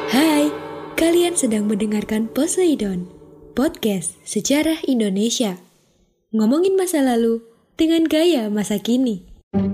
Hai, kalian sedang mendengarkan Poseidon, podcast sejarah Indonesia. Ngomongin masa lalu dengan gaya masa kini.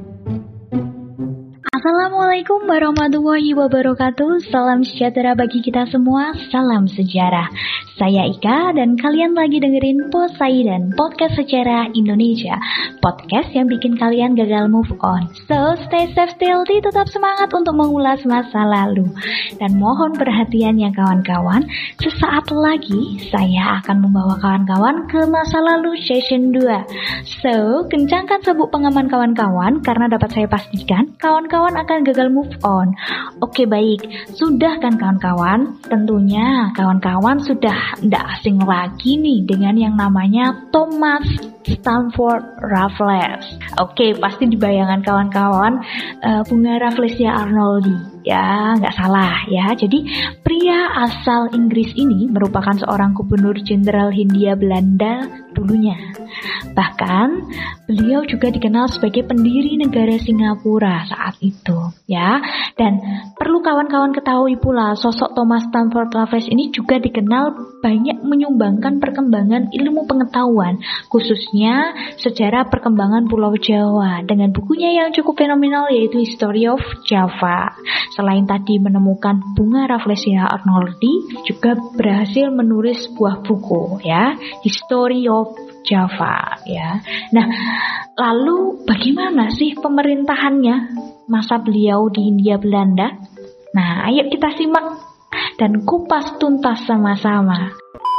Assalamualaikum warahmatullahi wabarakatuh. Salam sejahtera bagi kita semua. Salam sejarah. Saya Ika dan kalian lagi dengerin Poseidon, podcast sejarah Indonesia. Podcast yang bikin kalian gagal move on. So, stay safe, stealthy, tetap semangat untuk mengulas masa lalu. Dan mohon perhatiannya kawan-kawan, sesaat lagi saya akan membawa kawan-kawan ke masa lalu session 2. So, kencangkan sabuk pengaman kawan-kawan karena dapat saya pastikan kawan-kawan akan gagal move on. Oke, baik. Sudah kan kawan-kawan? Tentunya kawan-kawan sudah tidak asing lagi nih dengan yang namanya Thomas Stamford Raffles. Oke, pasti di bayangan kawan-kawan bunga Rafflesia Arnoldi. Ya, nggak salah ya. Jadi pria asal Inggris ini merupakan seorang gubernur jenderal Hindia Belanda dulunya. Bahkan beliau juga dikenal sebagai pendiri negara Singapura saat itu ya. Dan perlu kawan-kawan ketahui pula, sosok Thomas Stamford Raffles ini juga dikenal banyak menyumbangkan perkembangan ilmu pengetahuan, khususnya sejarah perkembangan Pulau Jawa dengan bukunya yang cukup fenomenal yaitu History of Java. Selain tadi menemukan bunga Rafflesia Arnoldi, juga berhasil menulis sebuah buku ya, History of Java ya. Nah, lalu bagaimana sih pemerintahannya masa beliau di Hindia Belanda? Nah, ayo kita simak dan kupas tuntas sama-sama.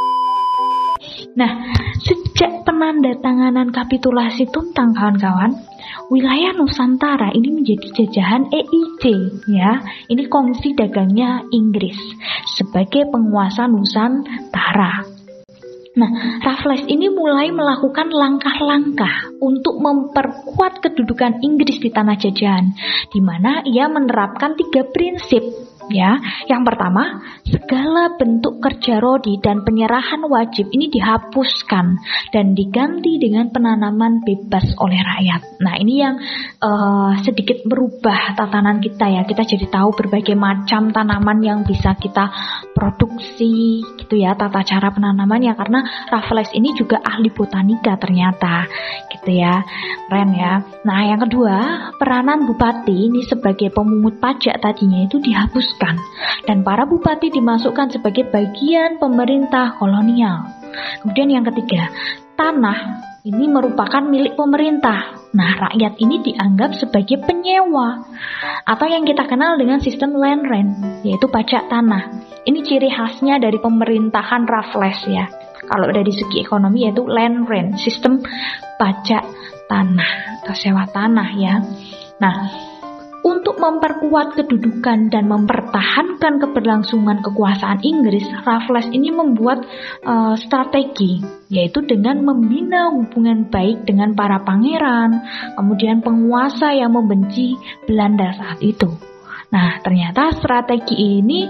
Nah, sejak penandatanganan kapitulasi Tuntang kawan-kawan, wilayah Nusantara ini menjadi jajahan EIC ya. Ini kongsi dagangnya Inggris sebagai penguasa Nusantara. Nah, Raffles ini mulai melakukan langkah-langkah untuk memperkuat kedudukan Inggris di tanah jajahan, di mana ia menerapkan 3 prinsip. Ya, yang pertama, segala bentuk kerja rodi dan penyerahan wajib ini dihapuskan dan diganti dengan penanaman bebas oleh rakyat. Nah, ini yang sedikit merubah tatanan kita ya. Kita jadi tahu berbagai macam tanaman yang bisa kita produksi gitu ya, tata cara penanamannya, karena Raffles ini juga ahli botanika ternyata gitu ya. Keren ya. Nah, yang kedua, peranan bupati ini sebagai pemungut pajak tadinya itu dihapuskan dan para bupati dimasukkan sebagai bagian pemerintah kolonial. Kemudian yang ketiga, tanah ini merupakan milik pemerintah. Nah, rakyat ini dianggap sebagai penyewa atau yang kita kenal dengan sistem land rent, yaitu pajak tanah. Ini ciri khasnya dari pemerintahan Raffles ya. Kalau dari segi ekonomi yaitu land rent, sistem pajak tanah atau sewa tanah ya. Nah, untuk memperkuat kedudukan dan mempertahankan keberlangsungan kekuasaan Inggris, Raffles ini membuat strategi, yaitu dengan membina hubungan baik dengan para pangeran, kemudian penguasa yang membenci Belanda saat itu. Nah, ternyata strategi ini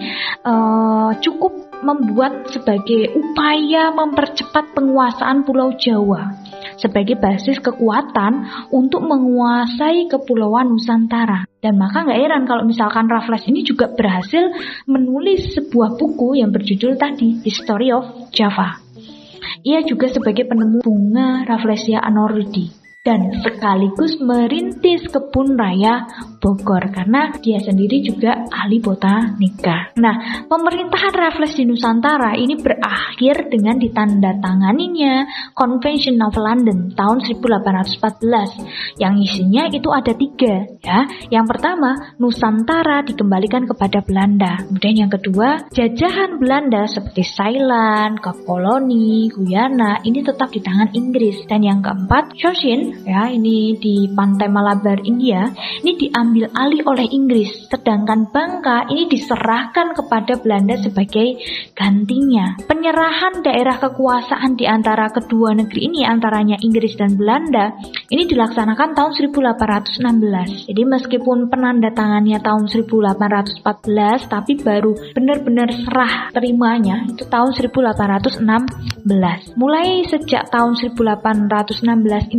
cukup membuat sebagai upaya mempercepat penguasaan Pulau Jawa sebagai basis kekuatan untuk menguasai kepulauan Nusantara. Dan maka gak heran kalau misalkan Raffles ini juga berhasil menulis sebuah buku yang berjudul tadi History of Java. Ia juga sebagai penemu bunga Rafflesia Arnoldi dan sekaligus merintis kebun raya Bogor karena dia sendiri juga ahli botanika. Nah, pemerintahan Raffles di Nusantara ini berakhir dengan ditandatanganinya Convention of London tahun 1814 yang isinya itu ada 3 ya. Yang pertama, Nusantara dikembalikan kepada Belanda. Kemudian yang kedua, jajahan Belanda seperti Ceylon, Koloni, Guyana ini tetap di tangan Inggris. Dan yang keempat, Cochin ya, ini di pantai Malabar India, ini diambil alih oleh Inggris, sedangkan Bangka ini diserahkan kepada Belanda sebagai gantinya. Penyerahan daerah kekuasaan di antara kedua negeri ini, antaranya Inggris dan Belanda, ini dilaksanakan tahun 1816. Jadi meskipun penandatangannya tahun 1814, tapi baru benar-benar serah terimanya itu tahun 1816. Mulai sejak tahun 1816 inilah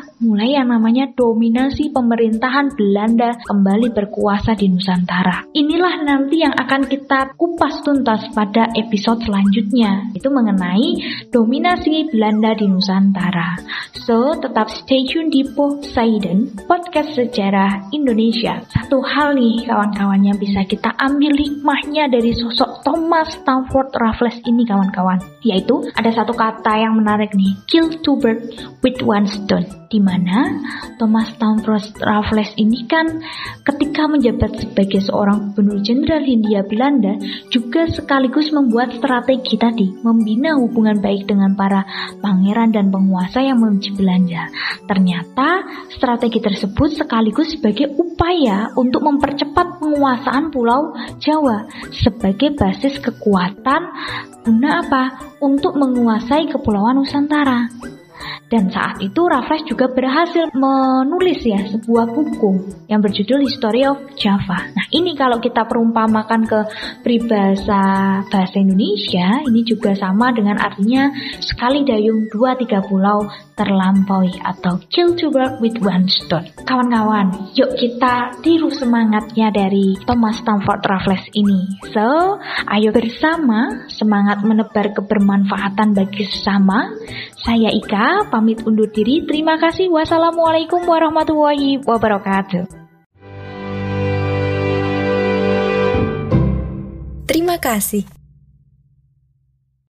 mulai yang namanya dominasi pemerintahan Belanda kembali berkuasa di Nusantara. Inilah nanti yang akan kita kupas tuntas pada episode selanjutnya, itu mengenai dominasi Belanda di Nusantara. So, tetap stay tune di Poseidon, podcast sejarah Indonesia. Satu hal nih kawan-kawan yang bisa kita ambil hikmahnya dari sosok Thomas Stamford Raffles ini kawan-kawan, yaitu ada satu kata yang menarik nih, kill two birds with one stone, di mana Thomas Stamford Raffles ini kan ketika menjabat sebagai seorang gubernur jenderal Hindia Belanda juga sekaligus membuat strategi tadi, membina hubungan baik dengan para pangeran dan penguasa yang membenci Belanda. Ternyata strategi tersebut sekaligus sebagai upaya untuk mempercepat penguasaan Pulau Jawa sebagai basis kekuatan guna apa? Untuk menguasai Kepulauan Nusantara. Dan saat itu Raffles juga berhasil menulis ya sebuah buku yang berjudul History of Java. Nah ini kalau kita perumpamakan ke peribahasa bahasa Indonesia, ini juga sama dengan artinya sekali dayung 2-3 pulau terlampaui atau kill two birds with one stone. Kawan-kawan, yuk kita tiru semangatnya dari Thomas Stamford Raffles ini. So, ayo bersama semangat menebar kebermanfaatan bagi sesama. Saya Ika, pamit undur diri. Terima kasih. Wassalamualaikum warahmatullahi wabarakatuh. Terima kasih.